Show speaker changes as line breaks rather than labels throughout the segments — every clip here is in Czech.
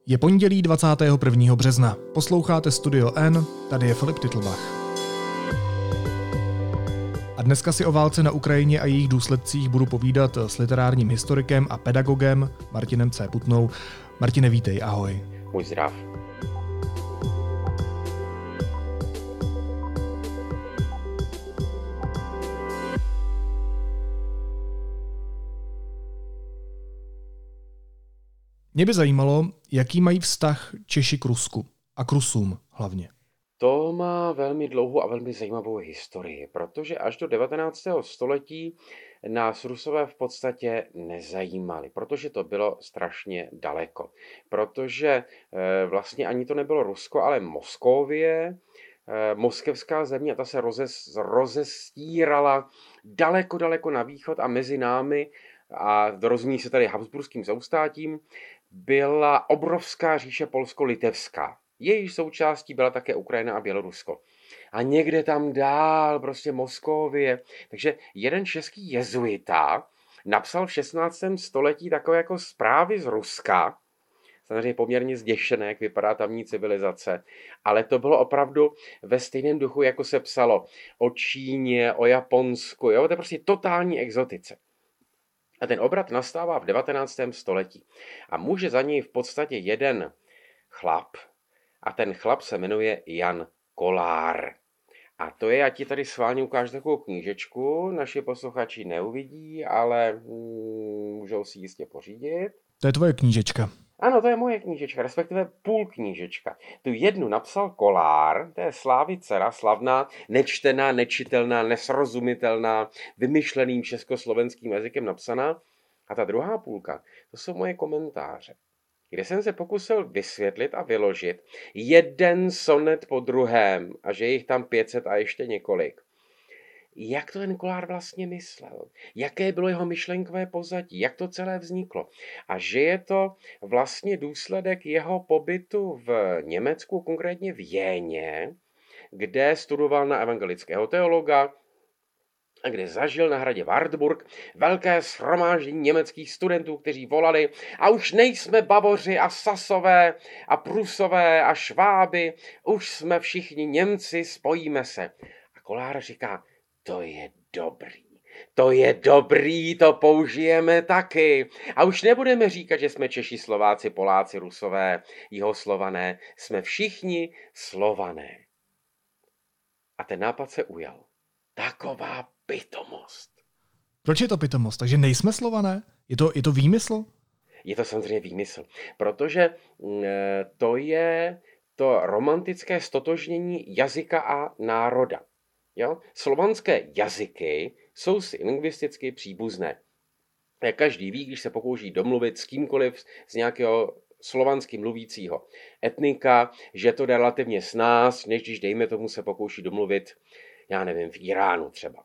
Je pondělí 21. března. Posloucháte Studio N, tady je Filip Titlbach. A dneska si o válce na Ukrajině a jejich důsledcích budu povídat s literárním historikem a pedagogem Martinem C. Putnou. Martine, vítej, ahoj.
Můj zdrav.
Mě by zajímalo, jaký mají vztah Češi k Rusku a k Rusům hlavně.
To má velmi dlouhou a velmi zajímavou historii, protože až do 19. století nás Rusové v podstatě nezajímali, protože to bylo strašně daleko. Protože vlastně ani to nebylo Rusko, ale Moskovie, moskevská země, a ta se rozestírala daleko na východ a mezi námi, a rozumí se tady habsburským soustátím, byla obrovská říše polsko-litevská. Jejíž součástí byla také Ukrajina a Bělorusko. A někde tam dál, prostě Moskovie. Takže jeden český jezuita napsal v 16. století takové jako zprávy z Ruska. Samozřejmě poměrně zděšené, jak vypadá tamní civilizace. Ale to bylo opravdu ve stejném duchu, jako se psalo o Číně, o Japonsku. Jo? To je prostě totální exotice. A ten obrat nastává v 19. století. A může za něj v podstatě jeden chlap. A ten chlap se jmenuje Jan Kolár. A to je, já ti tady schválně ukážu takovou knížečku. Naši posluchači neuvidí, ale můžou si jistě pořídit.
To je tvoje knížečka.
Ano, to je moje knížečka, respektive půl knížečka. Tu jednu napsal Kolár, to je Slávy dcera, slavná, nečtená, nečitelná, nesrozumitelná, vymyšleným československým jazykem napsaná. A ta druhá půlka, to jsou moje komentáře, kde jsem se pokusil vysvětlit a vyložit jeden sonet po druhém, a že jich tam 500 a ještě několik. Jak to ten Kolár vlastně myslel? Jaké bylo jeho myšlenkové pozadí? Jak to celé vzniklo? A že je to vlastně důsledek jeho pobytu v Německu, konkrétně v Jéně, kde studoval na evangelického teologa a kde zažil na hradě Wartburg velké shromáždění německých studentů, kteří volali: a už nejsme Bavoři a Sasové a Prusové a Šváby, už jsme všichni Němci, spojíme se. A Kolár říká: to je dobrý, to použijeme taky. A už nebudeme říkat, že jsme Češi, Slováci, Poláci, Rusové, Jihoslované, jsme všichni Slované. A ten nápad se ujal. Taková pitomost.
Proč je to pitomost? Takže nejsme Slované? Je to výmysl?
Je to samozřejmě výmysl, protože to je to romantické stotožnění jazyka a národa. Jo? Slovanské jazyky jsou si lingvisticky příbuzné. Každý ví, když se pokouší domluvit s kýmkoliv z nějakého slovansky mluvícího etnika, že to jde relativně snáz, než když dejme tomu se pokouší domluvit, já nevím, v Iránu třeba.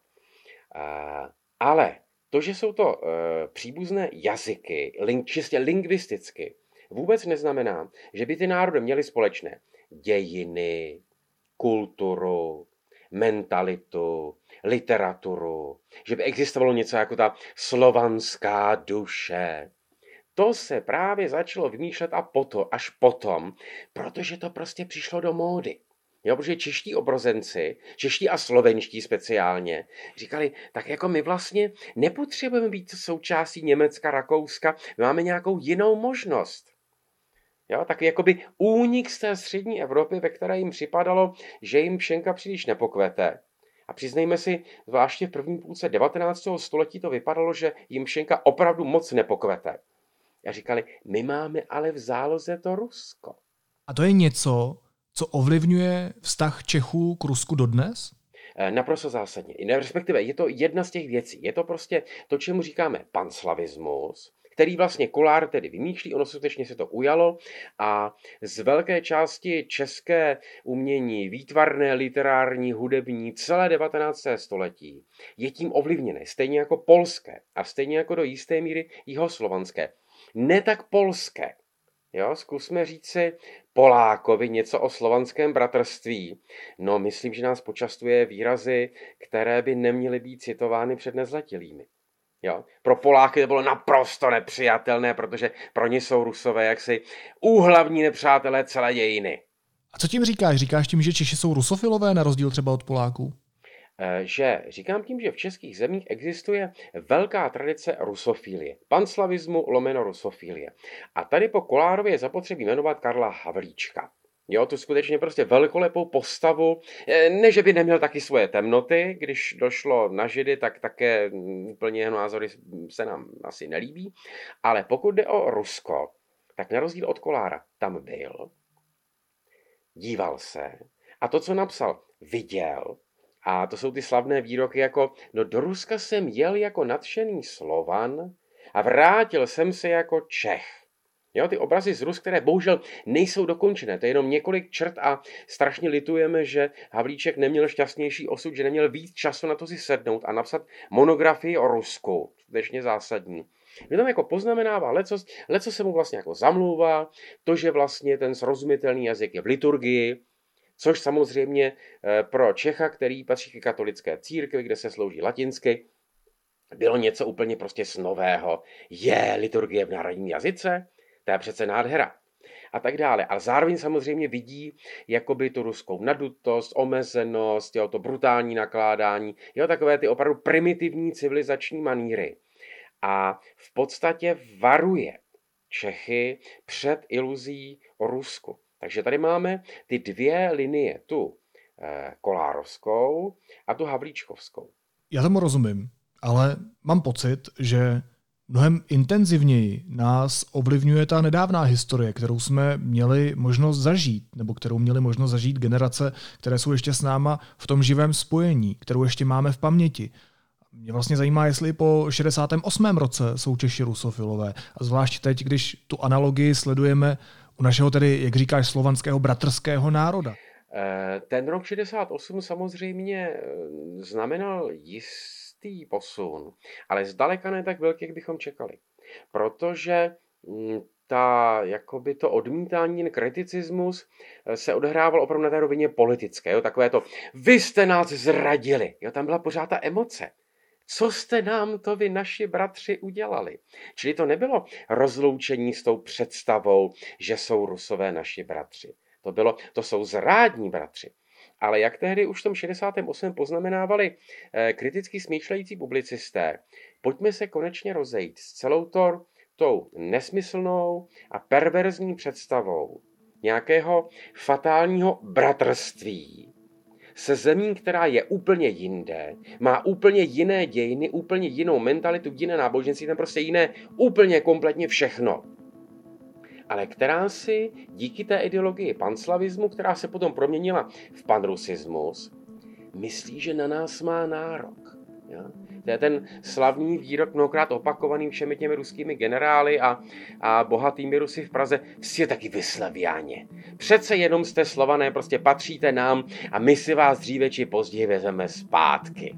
Ale to, že jsou to příbuzné jazyky, čistě lingvisticky, vůbec neznamená, že by ty národy měly společné dějiny, kulturu, mentalitu, literaturu, že by existovalo něco jako ta slovanská duše. To se právě začalo vymýšlet až potom, protože to prostě přišlo do módy. Jo, protože čeští obrozenci, čeští a slovenští speciálně, říkali, tak jako my vlastně nepotřebujeme být součástí Německa, Rakouska, my máme nějakou jinou možnost. Jo, takový jakoby únik z té střední Evropy, ve které jim připadalo, že jim pšenka příliš nepokvete. A přiznejme si, zvláště v první půlce 19. století to vypadalo, že jim pšenka opravdu moc nepokvete. A říkali, my máme ale v záloze to Rusko.
A to je něco, co ovlivňuje vztah Čechů k Rusku dodnes?
Naprosto zásadně. Respektive je to jedna z těch věcí. Je to prostě to, čemu říkáme panslavismus, který vlastně Kolár tedy vymýšlí, ono skutečně se to ujalo a z velké části české umění, výtvarné, literární, hudební, celé 19. století je tím ovlivněné, stejně jako polské a stejně jako do jisté míry jihoslovanské. Ne tak polské. Jo, zkusme říci Polákovi něco o slovanském bratrství. No, myslím, že nás počastuje výrazy, které by neměly být citovány před nezletilými. Jo? Pro Poláky to bylo naprosto nepřijatelné, protože pro ně jsou Rusové jaksi úhlavní nepřátelé celé dějiny.
A co tím říkáš? Říkáš tím, že Češi jsou rusofilové na rozdíl třeba od Poláků?
Říkám tím, že v českých zemích existuje velká tradice rusofilie, panslavismu lomeno rusofilie. A tady po Kolárově je zapotřebí jmenovat Karla Havlíčka. Jo, tu skutečně prostě velkolepou postavu, ne, že by neměl taky svoje temnoty, když došlo na Židy, tak také úplně jeho názory se nám asi nelíbí, ale pokud jde o Rusko, tak na rozdíl od Kolára tam byl, díval se a to, co napsal, viděl. A to jsou ty slavné výroky jako, no do Ruska jsem jel jako nadšený Slovan a vrátil jsem se jako Čech. Jo, ty obrazy z Rus, které bohužel nejsou dokončené, to je jenom několik črt a strašně litujeme, že Havlíček neměl šťastnější osud, že neměl víc času na to si sednout a napsat monografii o Rusku, skutečně zásadní. Kdy tam jako poznamenává, leco se mu vlastně jako zamlouvá, to, že vlastně ten srozumitelný jazyk je v liturgii, což samozřejmě pro Čecha, který patří k katolické církvi, kde se slouží latinsky, bylo něco úplně prostě nového. Je liturgie v národním jazyce? To je přece nádhera. A tak dále. Ale zároveň samozřejmě vidí jakoby tu ruskou nadutost, omezenost, jo, to brutální nakládání, jo, takové ty opravdu primitivní civilizační maníry. A v podstatě varuje Čechy před iluzí o Rusku. Takže tady máme ty dvě linie, tu kolárovskou a tu havlíčkovskou.
Já tomu rozumím, ale mám pocit, že mnohem intenzivněji nás ovlivňuje ta nedávná historie, kterou jsme měli možnost zažít, nebo kterou měli možnost zažít generace, které jsou ještě s náma v tom živém spojení, kterou ještě máme v paměti. Mě vlastně zajímá, jestli po 68. roce jsou Češi rusofilové. A zvlášť teď, když tu analogii sledujeme u našeho tedy, jak říkáš, slovanského bratrského národa.
Ten rok 68 samozřejmě znamenal jistý posun, ale zdaleka ne tak velký, jak bychom čekali. Protože jakoby to odmítání, ten kriticismus se odehrával opravdu na té rovině politické. Jo? Takové to, vy jste nás zradili. Jo? Tam byla pořád ta emoce. Co jste nám to vy, naši bratři, udělali? Čili to nebylo rozloučení s tou představou, že jsou Rusové naši bratři. To jsou zrádní bratři. Ale jak tehdy už v tom 68. poznamenávali kriticky smýšlející publicisté, pojďme se konečně rozejít s celou tou nesmyslnou a perverzní představou nějakého fatálního bratrství se zemí, která je úplně jinde, má úplně jiné dějiny, úplně jinou mentalitu, jiné náboženství, tam prostě jiné, úplně kompletně všechno. Ale která si díky té ideologii panslavismu, která se potom proměnila v panrusismus, myslí, že na nás má nárok. Ja? To je ten slavný výrok, mnohokrát opakovaný všemi těmi ruskými generály a bohatými Rusy v Praze, jste taky vy Slaviáni. Přece jenom jste Slované, prostě patříte nám a my si vás dříve či později vezeme zpátky.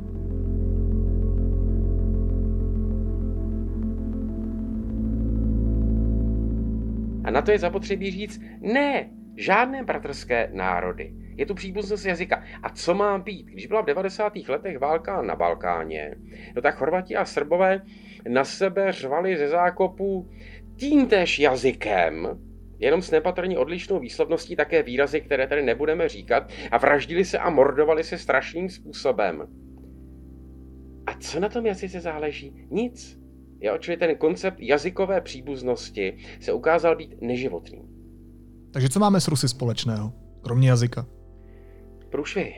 A na to je zapotřebí říct, ne, žádné bratrské národy. Je tu příbuznost jazyka. A co má být? Když byla v 90. letech válka na Balkáně, no tak Chorvati a Srbové na sebe řvali ze zákopů týmtéž jazykem, jenom s nepatrně odlišnou výslovností také výrazy, které tady nebudeme říkat, a vraždili se a mordovali se strašným způsobem. A co na tom jazyce záleží? Nic. Jo, čili ten koncept jazykové příbuznosti se ukázal být neživotný.
Takže co máme s Rusy společného, kromě jazyka?
Průšvihy.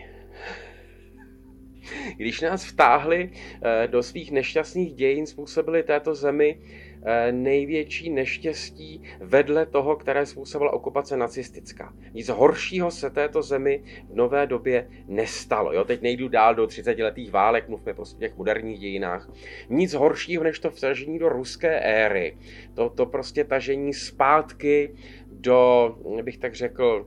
Když nás vtáhli do svých nešťastných dějin, způsobili této zemi největší neštěstí vedle toho, které způsobila okupace nacistická. Nic horšího se této zemi v nové době nestalo. Jo, teď nejdu dál do 30letých válek, mluvme prostě o těch moderních dějinách. Nic horšího než to vtažení do ruské éry. To prostě tažení zpátky do, bych tak řekl,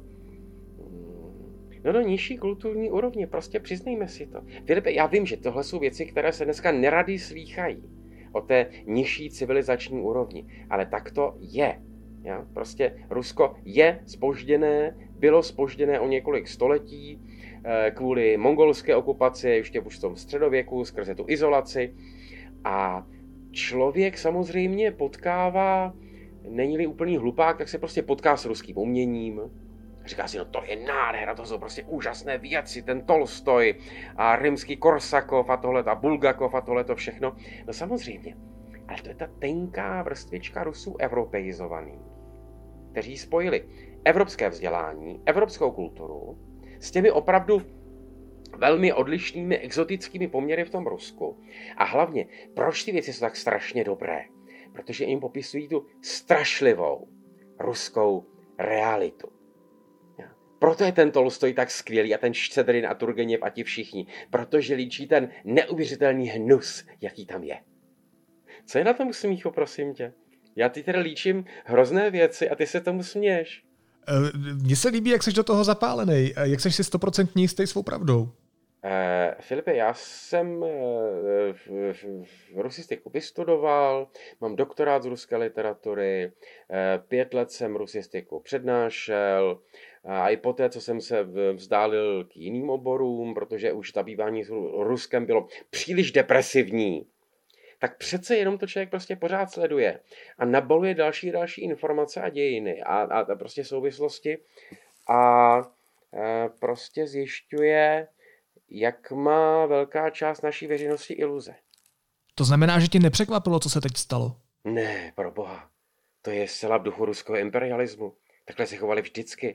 do nižší kulturní úrovně, prostě přiznejme si to. Filipe, já vím, že tohle jsou věci, které se dneska nerady slýchají o té nižší civilizační úrovni, ale tak to je. Ja? Prostě Rusko je zpožděné, bylo zpožděné o několik století kvůli mongolské okupaci, ještě už v tom středověku, skrze tu izolaci. A člověk samozřejmě potkává, není-li úplný hlupák, tak se prostě potká s ruským uměním. Říká si, no to je nádhera, to jsou prostě úžasné věci, ten Tolstoj a rimský Korsakov a tohle, a Bulgakov a tohle to všechno. No samozřejmě, ale to je ta tenká vrstvička Rusů europeizovaných, kteří spojili evropské vzdělání, evropskou kulturu s těmi opravdu velmi odlišnými exotickými poměry v tom Rusku. A hlavně, proč ty věci jsou tak strašně dobré? Protože jim popisují tu strašlivou ruskou realitu. Proto je ten Tolstoj tak skvělý a ten Ščedrin a Turgeněv a ti všichni, protože líčí ten neuvěřitelný hnus, jaký tam je. Co je na tom smíchu, prosím tě? Já ty tedy líčím hrozné věci a ty se tomu směješ.
Mně se líbí, jak jsi do toho zapálený, jak jsi si 100% jistý svou pravdou.
Filipe, já jsem rusistiku vystudoval, mám doktorát z ruské literatury, 5 let jsem rusistiku přednášel a i poté, co jsem se vzdálil k jiným oborům, protože už zabývání s Ruskem bylo příliš depresivní, tak přece jenom to člověk prostě pořád sleduje a nabaluje další informace a dějiny a prostě souvislosti a prostě zjišťuje, jak má velká část naší veřejnosti iluze.
To znamená, že ti nepřekvapilo, co se teď stalo?
Ne, pro boha. To je zcela v duchu ruského imperialismu. Takhle se chovali vždycky.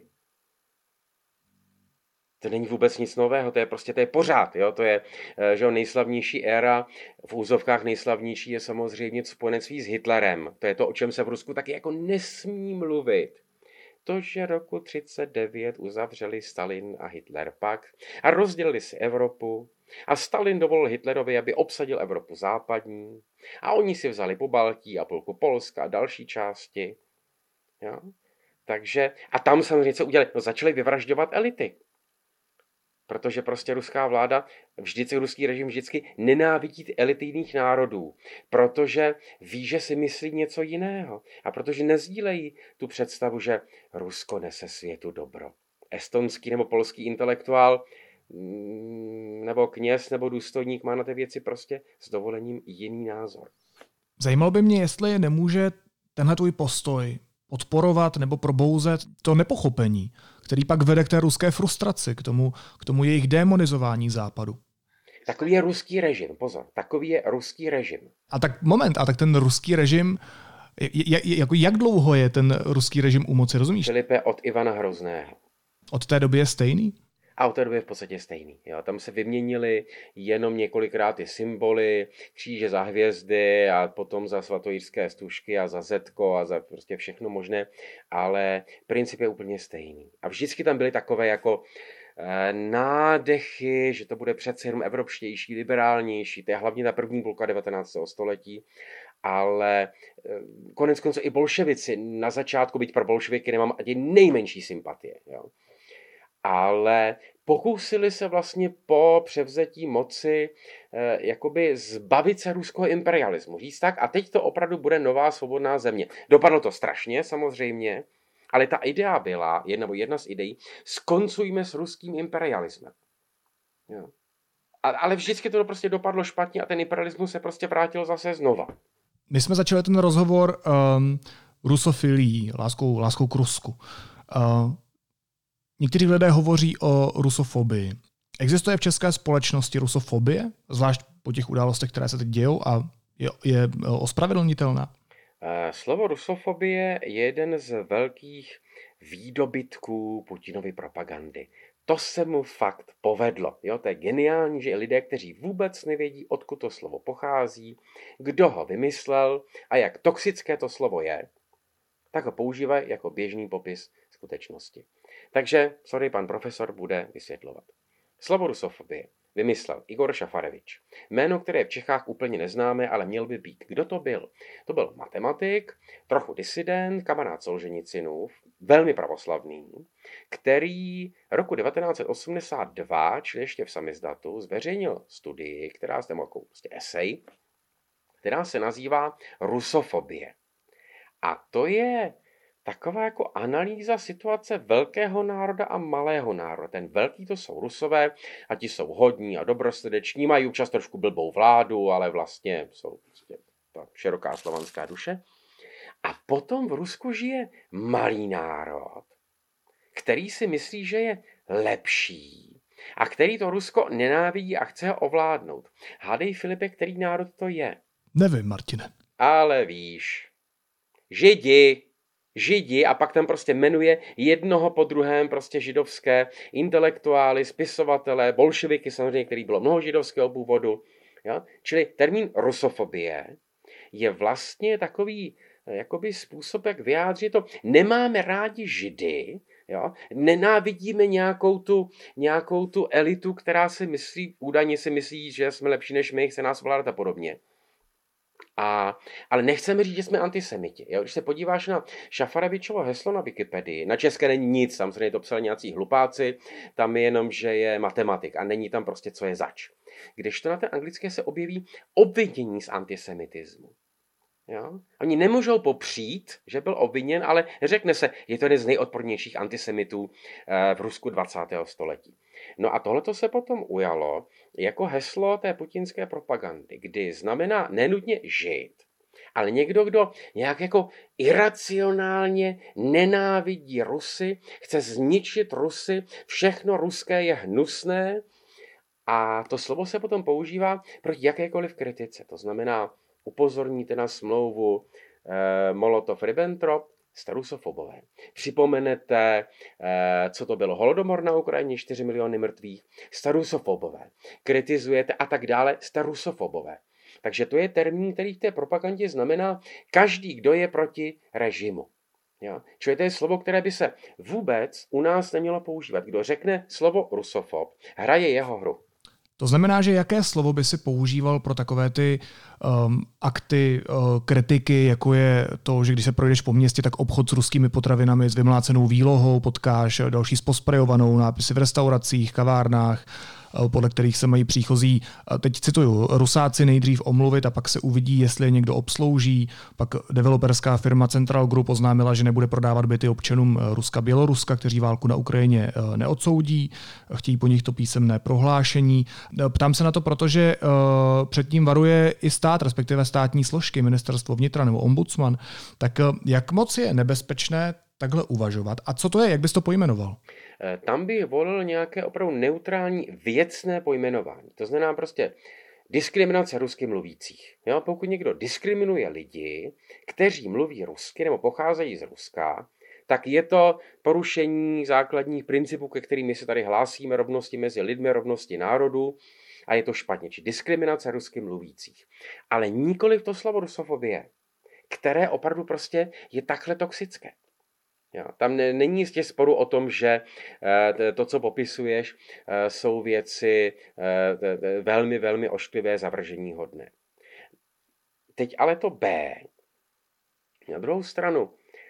To není vůbec nic nového, to je pořád. Jo? To je že nejslavnější éra, v úzovkách nejslavnější je samozřejmě spojenectví s Hitlerem. To je to, o čem se v Rusku taky jako nesmí mluvit. To, že roku 1939 uzavřeli Stalin a Hitler pakt a rozdělili si Evropu a Stalin dovolil Hitlerovi, aby obsadil Evropu západní a oni si vzali Pobaltí a půlku Polska a další části. Jo? Takže, a tam samozřejmě co udělali? No, začali vyvražďovat elity. Protože prostě ruská vláda, ruský režim vždycky nenávidí elity jiných národů, protože ví, že si myslí něco jiného a protože nezdílejí tu představu, že Rusko nese světu dobro. Estonský nebo polský intelektuál nebo kněz nebo důstojník má na ty věci prostě s dovolením jiný názor.
Zajímalo by mě, jestli nemůže tenhle tvůj postoj podporovat nebo probouzet to nepochopení, který pak vede k té ruské frustraci, k tomu jejich démonizování západu.
Takový je ruský režim, pozor, takový je ruský režim.
A tak ten ruský režim, jak dlouho je ten ruský režim u moci, rozumíš?
Filipe, od Ivana Hrozného.
Od té doby je stejný?
A od té doby je v podstatě stejný. Jo. Tam se vyměnily jenom několikrát ty symboly, kříže za hvězdy a potom za svatojířské stužky a za zetko a za prostě všechno možné, ale princip je úplně stejný. A vždycky tam byly takové jako nádechy, že to bude přece jenom evropštější, liberálnější, to je hlavně ta první půlka 19. století, ale konec konců i bolševici na začátku, byť pro bolševiky nemám ani nejmenší sympatie, jo. Ale pokusili se vlastně po převzetí moci jakoby zbavit se ruského imperialismu. Říct tak, a teď to opravdu bude nová svobodná země. Dopadlo to strašně samozřejmě, ale ta idea byla, jedna z ideí, skoncujme s ruským imperialismem. Jo. Ale vždycky to prostě dopadlo špatně a ten imperialismus se prostě vrátil zase znova.
My jsme začali ten rozhovor rusofilií, láskou k Rusku. Někteří lidé hovoří o rusofobii. Existuje v české společnosti rusofobie, zvlášť po těch událostech, které se teď dějou, a je ospravedlnitelná?
Slovo rusofobie je jeden z velkých výdobytků Putinovy propagandy. To se mu fakt povedlo. Jo? To je geniální, že lidé, kteří vůbec nevědí, odkud to slovo pochází, kdo ho vymyslel a jak toxické to slovo je, tak ho používají jako běžný popis skutečnosti. Takže, pan profesor bude vysvětlovat. Slovo rusofobie vymyslel Igor Šafarevič. Jméno, které je v Čechách úplně neznámé, ale měl by být. Kdo to byl? To byl matematik, trochu disident, kamarád Solženicynův, velmi pravoslavný, který roku 1982, čili ještě v samizdatu, zveřejnil studii, která je jako esej, která se nazývá rusofobie. A to je taková jako analýza situace velkého národa a malého národa. Ten velký to jsou Rusové a ti jsou hodní a dobrosrdeční, mají občas trošku blbou vládu, ale vlastně jsou prostě ta široká slovanská duše. A potom v Rusku žije malý národ, který si myslí, že je lepší a který to Rusko nenávidí a chce ho ovládnout. Hádej, Filipe, který národ to je?
Nevím, Martine.
Ale víš, Židi a pak tam prostě jmenuje jednoho po druhém prostě židovské intelektuály, spisovatele, bolševiky samozřejmě, který bylo mnoho židovského původu. Jo? Čili termín rusofobie je vlastně takový jakoby způsob, jak vyjádřit to. Nemáme rádi Židy, jo? Nenávidíme nějakou tu elitu, která si myslí, údajně si myslí, že jsme lepší než my, chce nás vládat a podobně. Ale nechceme říct, že jsme antisemiti. Jo? Když se podíváš na Šafarevičovo heslo na Wikipedii, na české není nic, tam se to psali nějací hlupáci, tam je jenom, že je matematik a není tam prostě, co je zač. Kdežto na té anglické se objeví obvinění z antisemitismu. Jo? Oni nemůžou popřít, že byl obviněn, ale řekne se, je to jeden z nejodpornějších antisemitů v Rusku 20. století. No a tohleto se potom ujalo jako heslo té putinské propagandy, kdy znamená nenutně žid, ale někdo, kdo nějak jako iracionálně nenávidí Rusy, chce zničit Rusy, všechno ruské je hnusné a to slovo se potom používá proti jakékoliv kritice. To znamená, upozorníte na smlouvu Molotov-Ribbentrop, jste rusofobové. Připomenete, co to bylo holodomor na Ukrajině, 4 miliony mrtvých, jste rusofobové. Kritizujete a tak dále, jste rusofobové. Takže to je termín, který v té propagandě znamená každý, kdo je proti režimu. Jo? Čili to je slovo, které by se vůbec u nás nemělo používat. Kdo řekne slovo rusofob, hraje jeho hru.
To znamená, že jaké slovo by si používal pro takové ty akty kritiky, jako je to, že když se projdeš po městě, tak obchod s ruskými potravinami s vymlácenou výlohou, potkáš další s posprejovanou, nápisy v restauracích, kavárnách, podle kterých se mají příchozí, teď cituju, Rusáci nejdřív omluvit a pak se uvidí, jestli je někdo obslouží. Pak developerská firma Central Group oznámila, že nebude prodávat byty občanům Ruska, Běloruska, kteří válku na Ukrajině neodsoudí. Chtějí po nich to písemné prohlášení. Ptám se na to, protože předtím varuje i stát, respektive státní složky, ministerstvo vnitra nebo ombudsman. Tak jak moc je nebezpečné takhle uvažovat? A co to je? Jak bys to pojmenoval?
Tam bych volil nějaké opravdu neutrální věcné pojmenování. To znamená prostě diskriminace rusky mluvících. Jo? Pokud někdo diskriminuje lidi, kteří mluví rusky nebo pocházejí z Ruska, tak je to porušení základních principů, ke kterým my se tady hlásíme, rovnosti mezi lidmi, rovnosti národů, a je to špatně. Či diskriminace rusky mluvících. Ale nikoliv to slovo rusofobie, které opravdu prostě je takhle toxické. Jo, tam není jistě sporu o tom, že to, co popisuješ, jsou věci velmi, velmi ošklivé, zavrženíhodné. Teď ale to B. Na druhou stranu,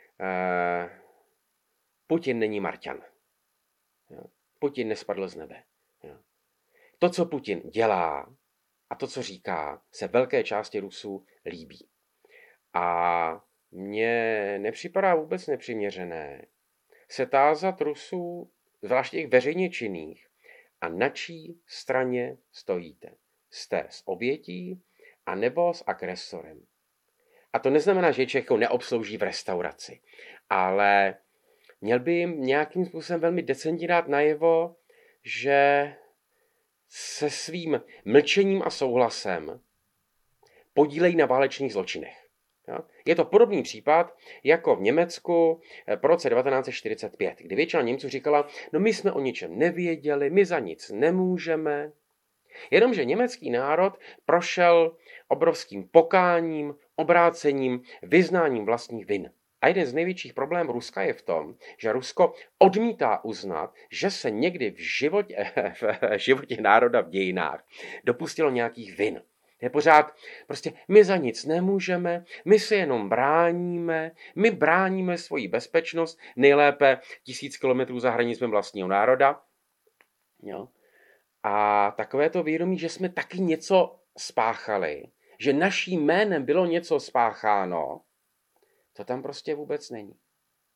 Putin není Marťan. Putin nespadl z nebe. To, co Putin dělá a to, co říká, se velké části Rusů líbí. A mně nepřipadá vůbec nepřiměřené se tázat Rusů, zvláště těch veřejně činných, a na čí straně stojíte. Jste s obětí a nebo s agresorem. A to neznamená, že člověk neobslouží v restauraci, ale měl by jim nějakým způsobem velmi decentně dát najevo, že se svým mlčením a souhlasem podílejí na válečných zločinech. Je to podobný případ jako v Německu po roce 1945, kdy většina Němců říkala, no my jsme o ničem nevěděli, my za nic nemůžeme. Jenomže německý národ prošel obrovským pokáním, obrácením, vyznáním vlastních vin. A jeden z největších problémů Ruska je v tom, že Rusko odmítá uznat, že se někdy v životě národa v dějinách dopustilo nějakých vin. Je pořád prostě my za nic nemůžeme, my se jenom bráníme, my bráníme svoji bezpečnost, nejlépe 1000 kilometrů za hranicemi vlastního národa. Jo? A takové to vědomí, že jsme taky něco spáchali, že naším jménem bylo něco spácháno, to tam prostě vůbec není.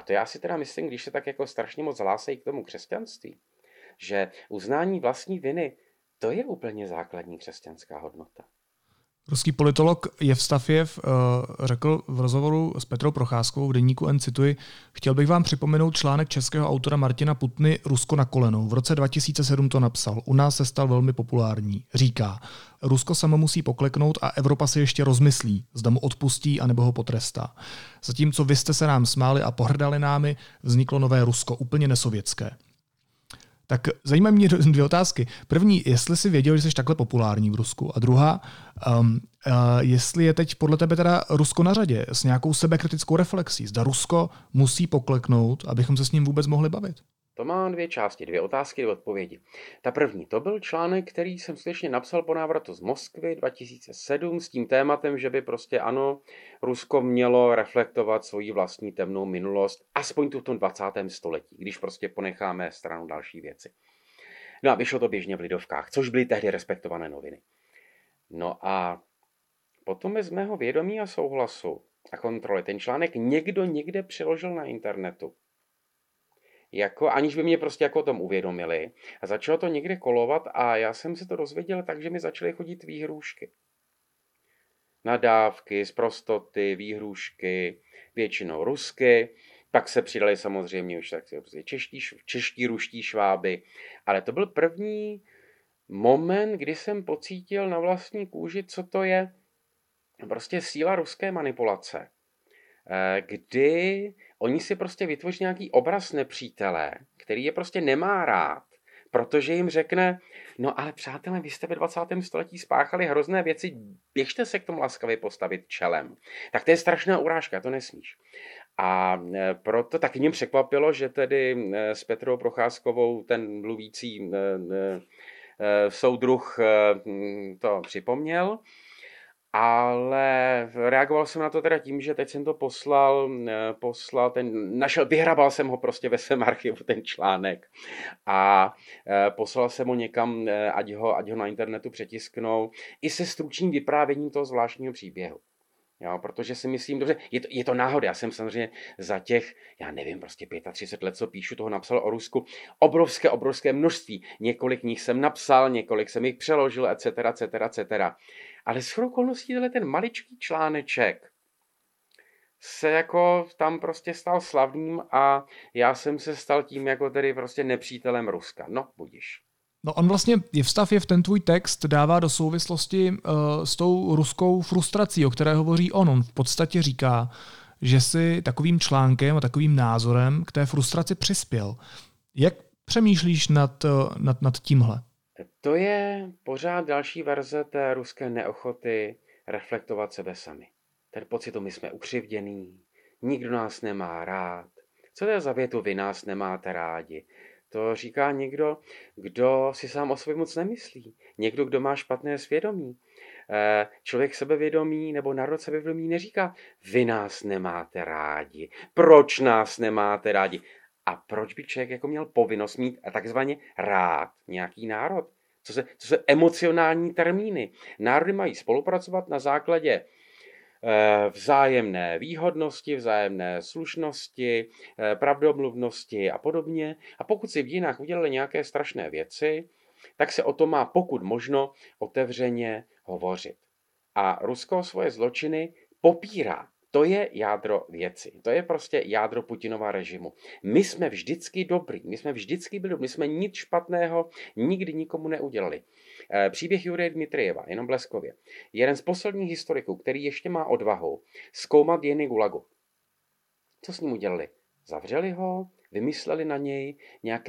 to já si teda myslím, když se tak jako strašně moc hlásají k tomu křesťanství, že uznání vlastní viny, to je úplně základní křesťanská hodnota.
Ruský politolog Jevstafjev řekl v rozhovoru s Petrou Procházkovou v deníku N, cituji, chtěl bych vám připomenout článek českého autora Martina Putny Rusko na kolenou. V roce 2007 to napsal. U nás se stal velmi populární. Říká, Rusko samo musí pokleknout a Evropa si ještě rozmyslí, zda mu odpustí anebo ho potrestá. Zatímco vy jste se nám smáli a pohrdali námi, vzniklo nové Rusko, úplně nesovětské. Tak zajímají mě dvě otázky. První, jestli jsi věděl, že jsi takhle populární v Rusku. A druhá, jestli je teď podle tebe teda Rusko na řadě s nějakou sebekritickou reflexí. Zda Rusko musí pokleknout, abychom se s ním vůbec mohli bavit.
To má dvě části, dvě otázky, dvě odpovědi. Ta první, to byl článek, který jsem skutečně napsal po návratu z Moskvy 2007 s tím tématem, že by prostě ano, Rusko mělo reflektovat svoji vlastní temnou minulost, aspoň tu v tom 20. století, když prostě ponecháme stranou další věci. No a vyšlo to běžně v Lidovkách, což byly tehdy respektované noviny. No a potom bez mého vědomí a souhlasu a kontroly ten článek někdo někde přeložil na internetu. Aniž by mě prostě jako o tom uvědomili. A začalo to někde kolovat a já jsem se to dozvěděl tak, že mi začaly chodit výhrůžky. Nadávky, sprostoty, výhrůžky, většinou rusky. Pak se přidali samozřejmě už tak čeští, ruští šváby. Ale to byl první moment, kdy jsem pocítil na vlastní kůži, co to je prostě síla ruské manipulace. Kdy oni si prostě vytvoří nějaký obraz nepřítele, který je prostě nemá rád, protože jim řekne, no ale přátelé, vy jste ve 20. století spáchali hrozné věci, běžte se k tomu laskavě postavit čelem. Tak to je strašná urážka, to nesmíš. A proto taky mě překvapilo, že tedy s Petrou Procházkovou ten mluvící soudruh to připomněl. Ale reagoval jsem na to teda tím, že teď jsem to poslal vyhrabal jsem ho prostě ve svém archivu, ten článek a poslal jsem ho někam, ať ho na internetu přetisknou, i se stručným vyprávěním toho zvláštního příběhu. Jo, protože si myslím, dobře, je to náhoda, já jsem samozřejmě za těch, já nevím, prostě 35 let, co píšu, toho napsal o Rusku, obrovské množství, několik nich jsem napsal, několik jsem jich přeložil, etc. Ale shodou okolností ten maličký článeček se jako tam prostě stal slavným a já jsem se stal tím jako tedy prostě nepřítelem Ruska. No, budiš.
No on vlastně Jevstafjev ten tvůj text dává do souvislosti s tou ruskou frustrací, o které hovoří on. On v podstatě říká, že si takovým článkem a takovým názorem k té frustraci přispěl. Jak přemýšlíš nad tímhle?
To je pořád další verze té ruské neochoty reflektovat sebe sami. Ten pocit, my jsme ukřivděný, nikdo nás nemá rád. Co to je za větu, vy nás nemáte rádi? To říká někdo, kdo si sám o sobě moc nemyslí. Někdo, kdo má špatné svědomí. Člověk sebevědomí nebo národ sebevědomí neříká, vy nás nemáte rádi. Proč nás nemáte rádi? A proč by člověk jako měl povinnost mít takzvaně rád nějaký národ? Co se emocionální termíny. Národy mají spolupracovat na základě vzájemné výhodnosti, vzájemné slušnosti, pravdomluvnosti a podobně. A pokud si v dějinách udělali nějaké strašné věci, tak se o tom má pokud možno otevřeně hovořit. A Rusko svoje zločiny popírá. To je jádro věci. To je prostě jádro Putinova režimu. My jsme vždycky dobrý, my jsme vždycky byli, my jsme nic špatného nikdy nikomu neudělali. Příběh Jurije Dmitryjeva, jenom bleskově. Jeden z posledních historiků, který ještě má odvahu zkoumat dějiny Gulagu. Co s ním udělali? Zavřeli ho, vymysleli na něj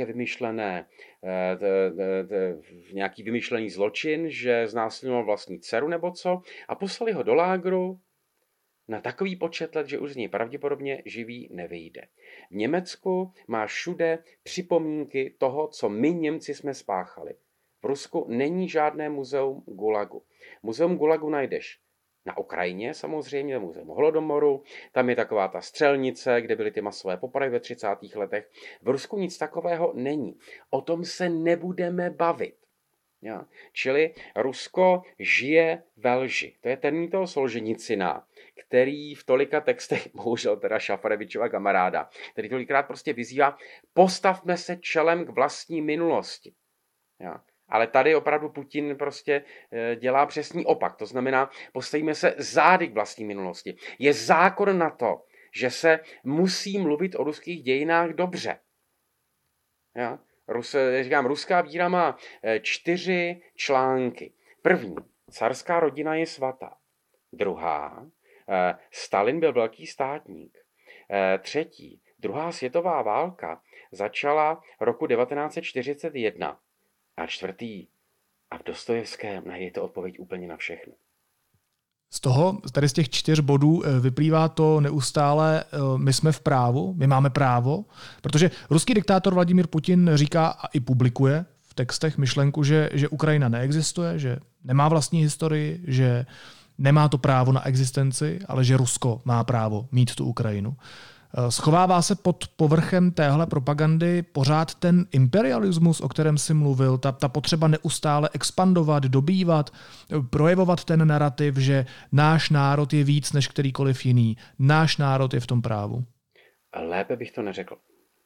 nějaký vymyšlený zločin, že znásilňoval vlastní dceru nebo co, a poslali ho do lágru na takový počet let, že už z něj pravděpodobně živý nevyjde. V Německu máš všude připomínky toho, co my Němci jsme spáchali. V Rusku není žádné muzeum Gulagu. Muzeum Gulagu najdeš na Ukrajině samozřejmě, muzeum Holodomoru, tam je taková ta střelnice, kde byly ty masové popravy ve 30. letech. V Rusku nic takového není. O tom se nebudeme bavit. Jo? Čili Rusko žije ve lži. To je termín toho Solženicina, který v tolika textech, bohužel teda Šafarevičova kamaráda, který tolikrát prostě vyzývá, postavme se čelem k vlastní minulosti. Jo? Ale tady opravdu Putin prostě dělá přesný opak. To znamená, postavíme se zády k vlastní minulosti. Je zákon na to, že se musí mluvit o ruských dějinách dobře. Jo? Ruská víra má 4 články. První, carská rodina je svatá. Druhá, Stalin byl velký státník. Třetí, druhá světová válka začala roku 1941. A čtvrtý, a v Dostojevském najdete odpověď úplně na všechno.
Tady z těch 4 bodů vyplývá to neustále, my jsme v právu, my máme právo, protože ruský diktátor Vladimír Putin říká a i publikuje v textech myšlenku, že Ukrajina neexistuje, že nemá vlastní historii, že nemá to právo na existenci, ale že Rusko má právo mít tu Ukrajinu. Schovává se pod povrchem téhle propagandy pořád ten imperialismus, o kterém jsi mluvil, ta potřeba neustále expandovat, dobývat, projevovat ten narrativ, že náš národ je víc než kterýkoliv jiný. Náš národ je v tom právu.
Lépe bych to neřekl.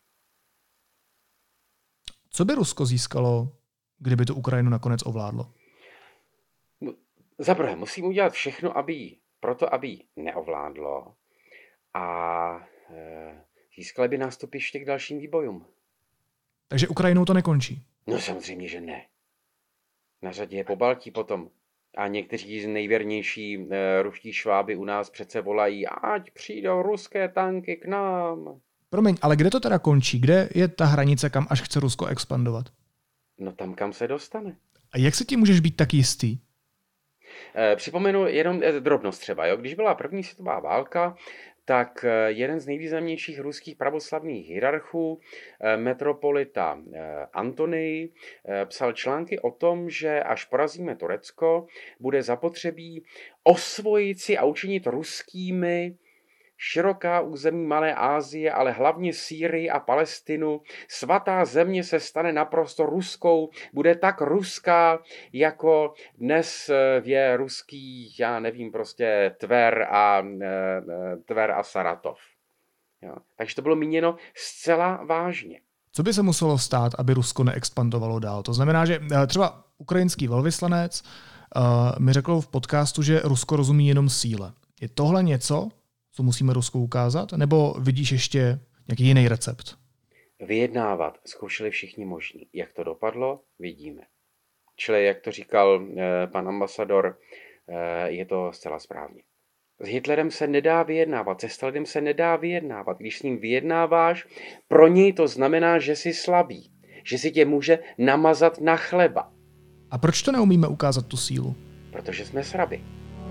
Co by Rusko získalo, kdyby tu Ukrajinu nakonec ovládlo?
Zaprvé musím udělat všechno, aby ji neovládlo. A získali by nástupiště k dalším výbojům.
Takže Ukrajinou to nekončí?
No samozřejmě, že ne. Na řadě je Pobaltí potom. A někteří z nejvěrnější ruští šváby u nás přece volají, ať přijdou ruské tanky k nám.
Promiň, ale kde to teda končí? Kde je ta hranice, kam až chce Rusko expandovat?
No tam, kam se dostane.
A jak se tím můžeš být tak jistý?
Připomenu jenom drobnost třeba. Jo? Když byla první světová válka, tak jeden z nejvýznamnějších ruských pravoslavných hierarchů, metropolita Antonij, psal články o tom, že až porazíme Turecko, bude zapotřebí osvojit si a učinit ruskými široká území Malé Asie, ale hlavně Sýrii a Palestinu. Svatá země se stane naprosto ruskou, bude tak ruská, jako dnes je ruský, já nevím, prostě Tver a Saratov. Jo. Takže to bylo míněno zcela vážně.
Co by se muselo stát, aby Rusko neexpandovalo dál? To znamená, že třeba ukrajinský velvyslanec mi řekl v podcastu, že Rusko rozumí jenom síle. Je tohle něco, co musíme Rusku ukázat? Nebo vidíš ještě nějaký jiný recept?
Vyjednávat zkoušeli všichni možní. Jak to dopadlo, vidíme. Čili, jak to říkal pan ambasador, je to zcela správně. S Hitlerem se nedá vyjednávat, se Stalinem se nedá vyjednávat. Když s ním vyjednáváš, pro něj to znamená, že jsi slabý. Že si tě může namazat na chleba.
A proč to neumíme ukázat tu sílu?
Protože jsme sraby.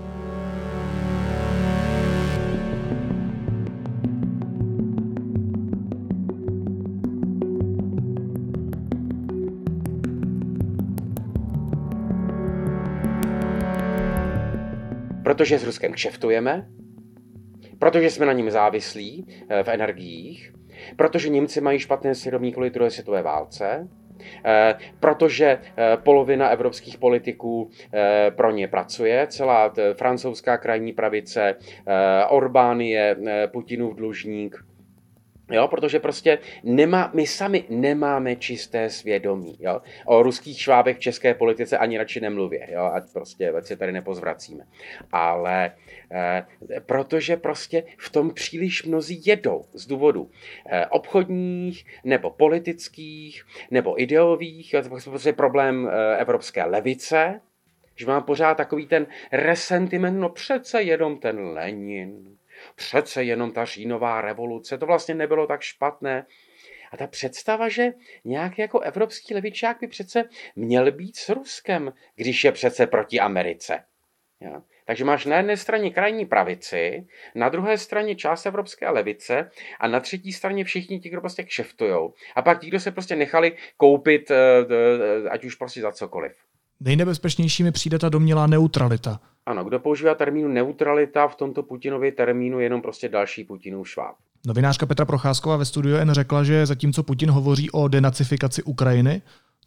Protože s Ruskem kšeftujeme, protože jsme na něm závislí v energiích, protože Němci mají špatné svědomí kvůli druhé světové válce, protože polovina evropských politiků pro ně pracuje, celá francouzská krajní pravice, Orbán je Putinův dlužník. Jo, protože prostě my sami nemáme čisté svědomí. Jo? O ruských švábech v české politice ani radši nemluvě, jo? Ať se tady nepozvracíme. Ale protože prostě v tom příliš mnozí jedou z důvodu obchodních, nebo politických, nebo ideových. To je prostě problém evropské levice, že má pořád takový ten resentiment, no přece jenom ten Lenin. Přece jenom ta říjnová revoluce, to vlastně nebylo tak špatné. A ta představa, že nějaký jako evropský levičák by přece měl být s Ruskem, když je přece proti Americe. Ja. Takže máš na jedné straně krajní pravici, na druhé straně část evropské levice a na třetí straně všichni ti, kdo prostě kšeftujou. A pak ti, kdo se prostě nechali koupit, ať už prostě za cokoliv.
Nejnebezpečnější mi přijde ta domnělá neutralita.
Ano, kdo používá termínu neutralita, v tomto Putinově termínu je jenom prostě další Putinův šváb.
Novinářka Petra Procházková ve Studiu N řekla, že zatímco Putin hovoří o denacifikaci Ukrajiny,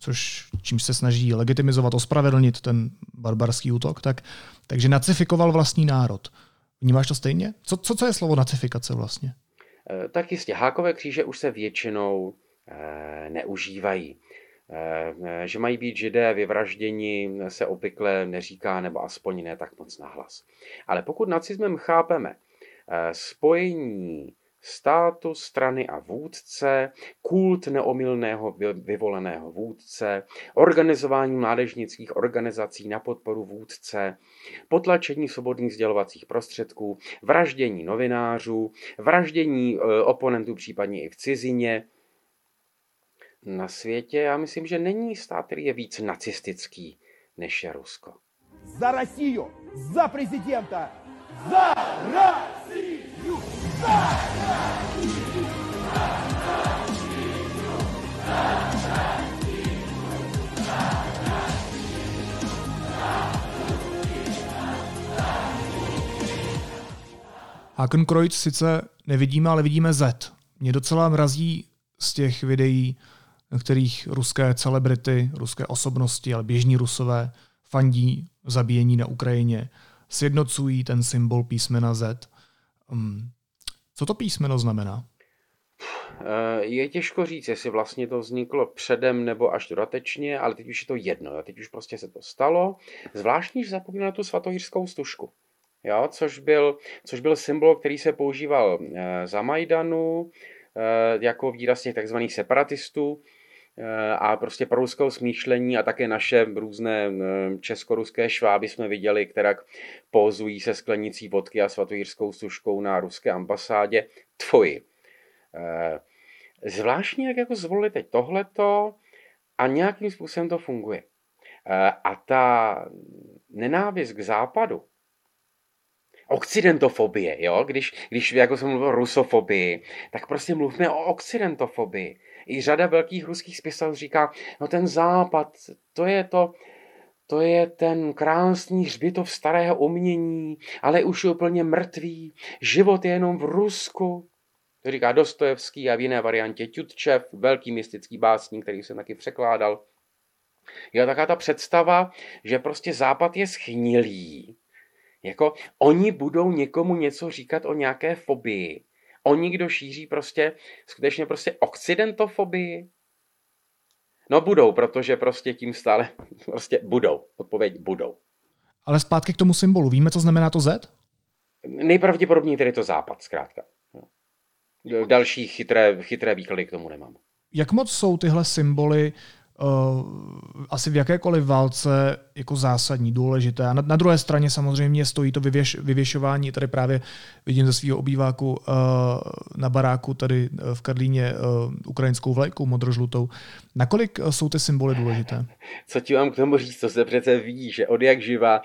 čímž se snaží legitimizovat, ospravedlnit ten barbarský útok, takže nacifikoval vlastní národ. Vnímáš to stejně? Co je slovo nacifikace vlastně?
Tak jistě, hákové kříže už se většinou neužívají. Že mají být Židé vyvražděni, se obvykle neříká, nebo aspoň ne tak moc nahlas. Ale pokud nacismem chápeme spojení státu, strany a vůdce, kult neomylného vyvoleného vůdce, organizování mládežnických organizací na podporu vůdce, potlačení svobodných sdělovacích prostředků, vraždění novinářů, vraždění oponentů případně i v cizině. Na světě já myslím, že není stát, který je víc nacistický než je Rusko.
Za Россию! Za prezidenta! Za Россию! Za Россию!
Hakenkreuz sice nevidíme, ale vidíme Z. Mě docela mrazí z těch videí, na kterých ruské celebrity, ruské osobnosti, ale běžní Rusové fandí zabíjení na Ukrajině, sjednocují ten symbol písmena Z. Co to písmeno znamená?
Je těžko říct, jestli vlastně to vzniklo předem nebo až dodatečně, ale teď už je to jedno. Teď už prostě se to stalo. Zvláštní, že zapomněl tu svatojířskou stužku. Jo, což byl symbol, který se používal za Majdanu jako výraz těch takzvaných separatistů a prostě pro ruského smýšlení a také naše různé česko-ruské šváby jsme viděli, které pózují se sklenicí vodky a svatojířskou stužkou na ruské ambasádě. Tvoji. Zvláštní, jak jako zvolili teď tohleto a nějakým způsobem to funguje. A ta nenávist k západu, okcidentofobie, jo? Když jako jsem mluvil o rusofobii, tak prostě mluvíme o okcidentofobii. I řada velkých ruských spisovatelů říká, no ten západ, to je ten krásný hřbitov starého umění, ale už je úplně mrtvý, život je jenom v Rusku. To říká Dostojevský a v jiné variantě Tjutčev, velký mystický básník, který jsem taky překládal. Je taková ta představa, že prostě západ je schnilý. Jako oni budou někomu něco říkat o nějaké fobii. Oni, kdo šíří skutečně okcidentofobii. No budou, protože prostě tím stále budou. Odpověď budou.
Ale zpátky k tomu symbolu. Víme, co znamená to Z?
Nejpravděpodobněji tedy to západ, zkrátka. Další chytré výklady k tomu nemám.
Jak moc jsou tyhle symboly asi v jakékoliv válce jako zásadní, důležité? A na druhé straně samozřejmě stojí to vyvěšování, tady právě vidím ze svého obýváku na baráku tady v Karlíně ukrajinskou vlajku modrožlutou. Nakolik jsou ty symboly důležité?
Co ti mám k tomu říct, co se přece ví, že od jak živa,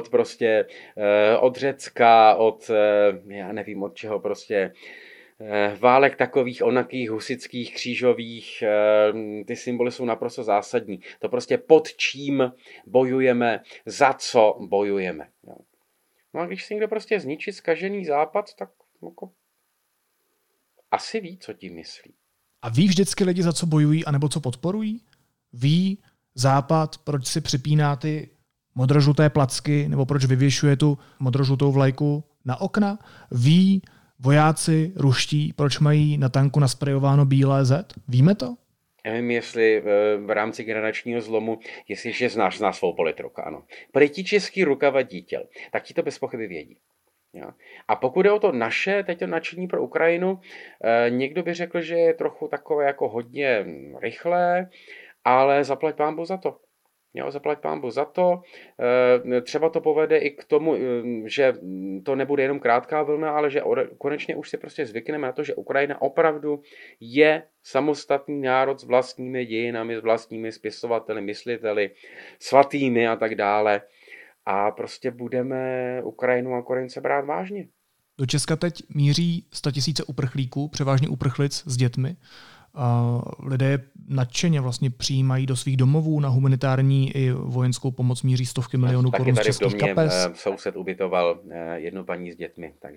od Řecka, já nevím od čeho válek takových onakých husických, křížových, ty symboly jsou naprosto zásadní. To prostě pod čím bojujeme, za co bojujeme. No a když si někdo zničí zkažený západ, tak jako asi ví, co tím myslí.
A ví vždycky lidi, za co bojují, anebo co podporují? Ví západ, proč si připíná ty modrožluté placky, nebo proč vyvěšuje tu modrožlutou vlajku na okna? Ví vojáci ruští, proč mají na tanku nasprejováno bílé Z? Víme to?
Nevím, jestli v rámci generačního zlomu, jestliže znáš svou politruka, ano. Proti český rukava dítěl, tak ti to bez pochyby vědí. Jo. A pokud je o to naše, teď to nadšení pro Ukrajinu, někdo by řekl, že je trochu takové jako hodně rychlé, ale zaplať pánbůh za to. Jo, zaplať pánbůh za to. Třeba to povede i k tomu, že to nebude jenom krátká vlna, ale že konečně už si zvykneme na to, že Ukrajina opravdu je samostatný národ s vlastními dějinami, s vlastními spisovateli, mysliteli, svatými a tak dále. A budeme Ukrajinu a Ukrajince brát vážně.
Do Česka teď míří 100 000 uprchlíků, převážně uprchlic s dětmi. Lidé nadšeně přijímají do svých domovů, na humanitární i vojenskou pomoc míří stovky milionů korun z českých kapes.
Soused ubytoval jednu paní s dětmi, takže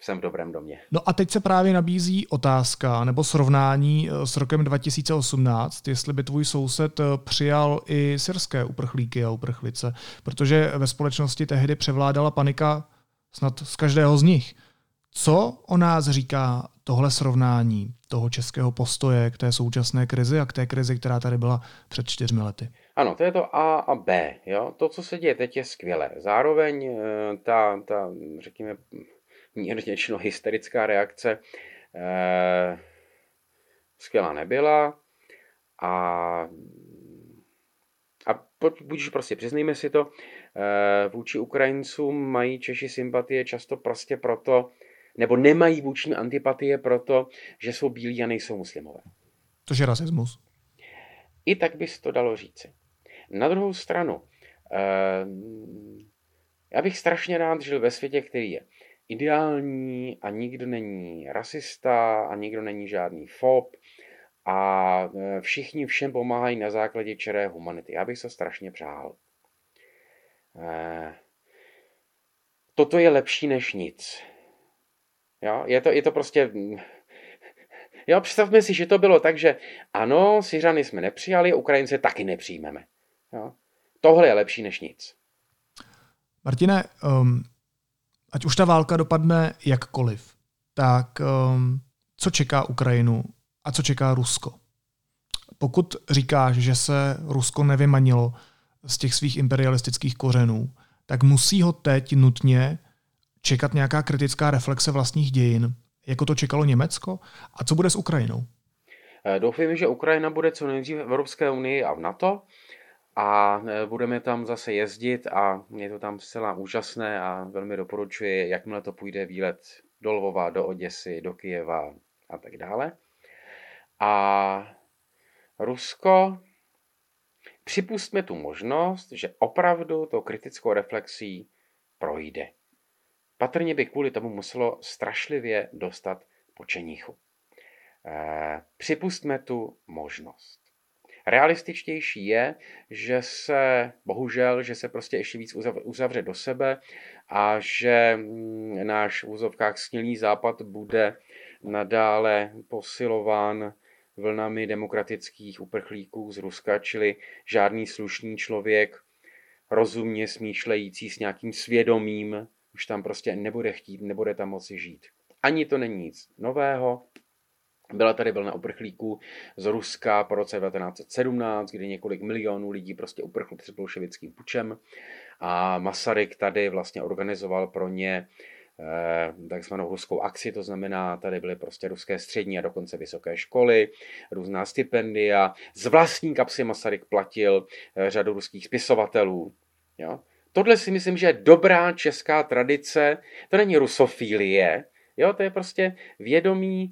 jsem v dobrém domě.
No a teď se právě nabízí otázka nebo srovnání s rokem 2018, jestli by tvůj soused přijal i syrské uprchlíky a uprchlice, protože ve společnosti tehdy převládala panika snad z každého z nich. Co o nás říká tohle srovnání toho českého postoje k té současné krizi a k té krizi, která tady byla před 4 lety?
Ano, to je to A a B. Jo? To, co se děje teď, je skvělé. Zároveň ta řekněme, mírně hysterická reakce skvělá nebyla a buď prostě přiznejme si to, vůči Ukrajincům mají Češi sympatie často prostě proto, nebo nemají vůči nim antipatie proto, že jsou bílí a nejsou muslimové.
Což je rasismus.
I tak by se to dalo říci. Na druhou stranu, já bych strašně rád žil ve světě, který je ideální a nikdo není rasista a nikdo není žádný fob a všichni všem pomáhají na základě čiré humanity. Já bych se strašně přál. Toto je lepší než nic. Jo? Je to prostě... Jo, představme si, že to bylo tak, že ano, Syřany jsme nepřijali, Ukrajince taky nepřijmeme. Jo? Tohle je lepší než nic.
Martine, ať už ta válka dopadne jakkoliv, tak co čeká Ukrajinu a co čeká Rusko? Pokud říkáš, že se Rusko nevymanilo z těch svých imperialistických kořenů, tak musí ho teď nutně čekat nějaká kritická reflexe vlastních dějin, jako to čekalo Německo? A co bude s Ukrajinou?
Doufám, že Ukrajina bude co nejdřív v Evropské unii a v NATO a budeme tam zase jezdit a je to tam zcela úžasné a velmi doporučuji, jakmile to půjde, výlet do Lvova, do Oděsy, do Kyjeva a tak dále. A Rusko, připustme tu možnost, že opravdu tou kritickou reflexí projde. Patrně by kvůli tomu muselo strašlivě dostat po čenichu. Připustme tu možnost. Realističtější je, že se, bohužel, že se prostě ještě víc uzavře do sebe a že náš v úzovkách snělý západ bude nadále posilován vlnami demokratických uprchlíků z Ruska, čili žádný slušný člověk, rozumně smýšlející s nějakým svědomím, už tam prostě nebude chtít, nebude tam moci žít. Ani to není nic nového. Byla tady vlna uprchlíků z Ruska po roce 1917, kdy několik milionů lidí prostě uprchlo před bolševickým pučem a Masaryk tady vlastně organizoval pro ně takzvanou ruskou akci, to znamená, tady byly prostě ruské střední a dokonce vysoké školy, různá stipendia, z vlastní kapsy Masaryk platil řadu ruských spisovatelů. Jo? Tohle si myslím, že je dobrá česká tradice, to není rusofilie, jo? To je prostě vědomí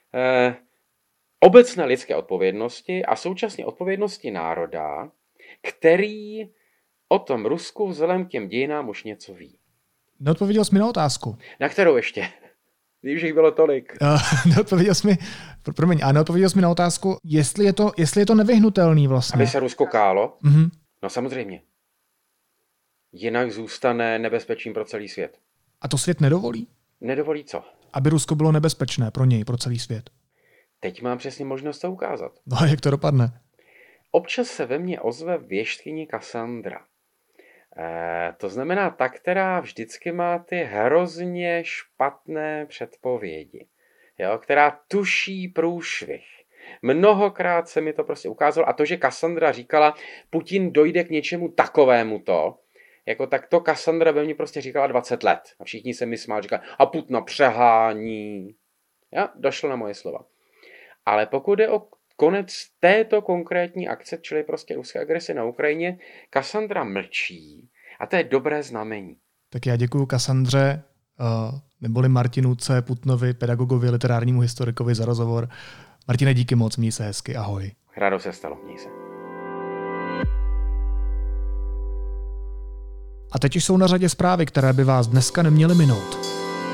obecné lidské odpovědnosti a současně odpovědnosti národa, který o tom Rusku vzhledem k těm dějinám už něco ví.
Neodpověděl jsi mi na otázku.
Na kterou ještě? Když jich bylo tolik.
Neodpověděl jsi mi na otázku, jestli je to nevyhnutelný vlastně.
Aby se Rusko kálo?
Mm-hmm.
No samozřejmě. Jinak zůstane nebezpečím pro celý svět.
A to svět nedovolí?
Nedovolí co?
Aby Rusko bylo nebezpečné pro něj, pro celý svět.
Teď mám přesně možnost to ukázat.
No a jak to dopadne?
Občas se ve mně ozve věštkyně Kassandra. To znamená ta, která vždycky má ty hrozně špatné předpovědi, jo, která tuší průšvih. Mnohokrát se mi to prostě ukázalo a to, že Kassandra říkala, Putin dojde k něčemu takovémuto, jako tak to Kassandra ve mně prostě říkala 20 let. A všichni se mi smáli, říkali, a Putin přehání. Ja, došlo na moje slova. Ale pokud jde o konec této konkrétní akce, čili prostě ruské agrese na Ukrajině, Kassandra mlčí. A to je dobré znamení.
Tak já děkuju Kassandře, neboli Martinu C. Putnovi, pedagogovi, literárnímu historikovi za rozhovor. Martine, díky moc, měj se hezky, ahoj.
Rádo se stalo, měj se.
A teď už jsou na řadě zprávy, které by vás dneska neměly minout.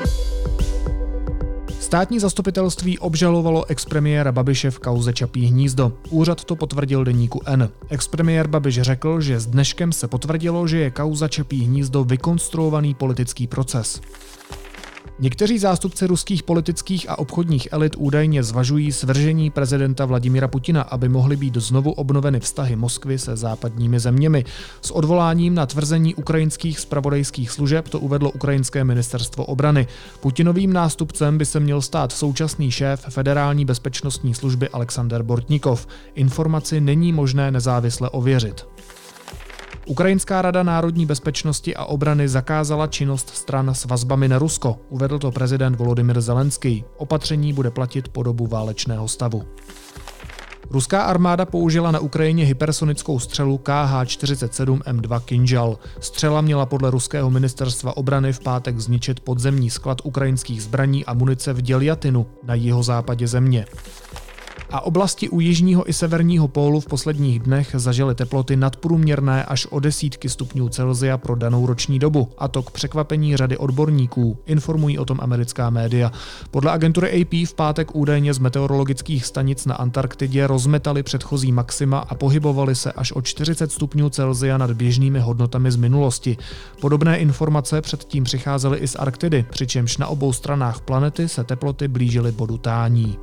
Státní zastupitelství obžalovalo expremiéra Babiše v kauze Čapí hnízdo. Úřad to potvrdil deníku N. Expremiér Babiš řekl, že s dneškem se potvrdilo, že je kauza Čapí hnízdo vykonstruovaný politický proces. Někteří zástupci ruských politických a obchodních elit údajně zvažují svržení prezidenta Vladimira Putina, aby mohly být znovu obnoveny vztahy Moskvy se západními zeměmi. S odvoláním na tvrzení ukrajinských zpravodajských služeb to uvedlo ukrajinské ministerstvo obrany. Putinovým nástupcem by se měl stát současný šéf Federální bezpečnostní služby Alexander Bortnikov. Informaci není možné nezávisle ověřit. Ukrajinská rada národní bezpečnosti a obrany zakázala činnost stran s vazbami na Rusko, uvedl to prezident Volodymyr Zelenský. Opatření bude platit po dobu válečného stavu. Ruská armáda použila na Ukrajině hypersonickou střelu KH-47 M2 Kinžal. Střela měla podle ruského ministerstva obrany v pátek zničit podzemní sklad ukrajinských zbraní a munice v Děljatinu na jihozápadě země. A oblasti u jižního i severního pólu v posledních dnech zažily teploty nadprůměrné až o desítky stupňů Celsia pro danou roční dobu, a to k překvapení řady odborníků, informují o tom americká média. Podle agentury AP v pátek údajně z meteorologických stanic na Antarktidě rozmetali předchozí maxima a pohybovali se až o 40 stupňů Celsia nad běžnými hodnotami z minulosti. Podobné informace předtím přicházely i z Arktidy, přičemž na obou stranách planety se teploty blížily bodu tání.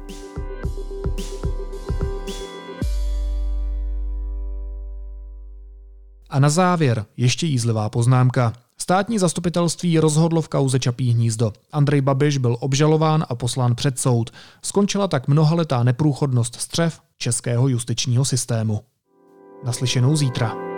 A na závěr ještě jízlivá poznámka. Státní zastupitelství rozhodlo v kauze Čapí hnízdo. Andrej Babiš byl obžalován a poslán před soud. Skončila tak mnohaletá neprůchodnost střev českého justičního systému. Naslyšenou zítra.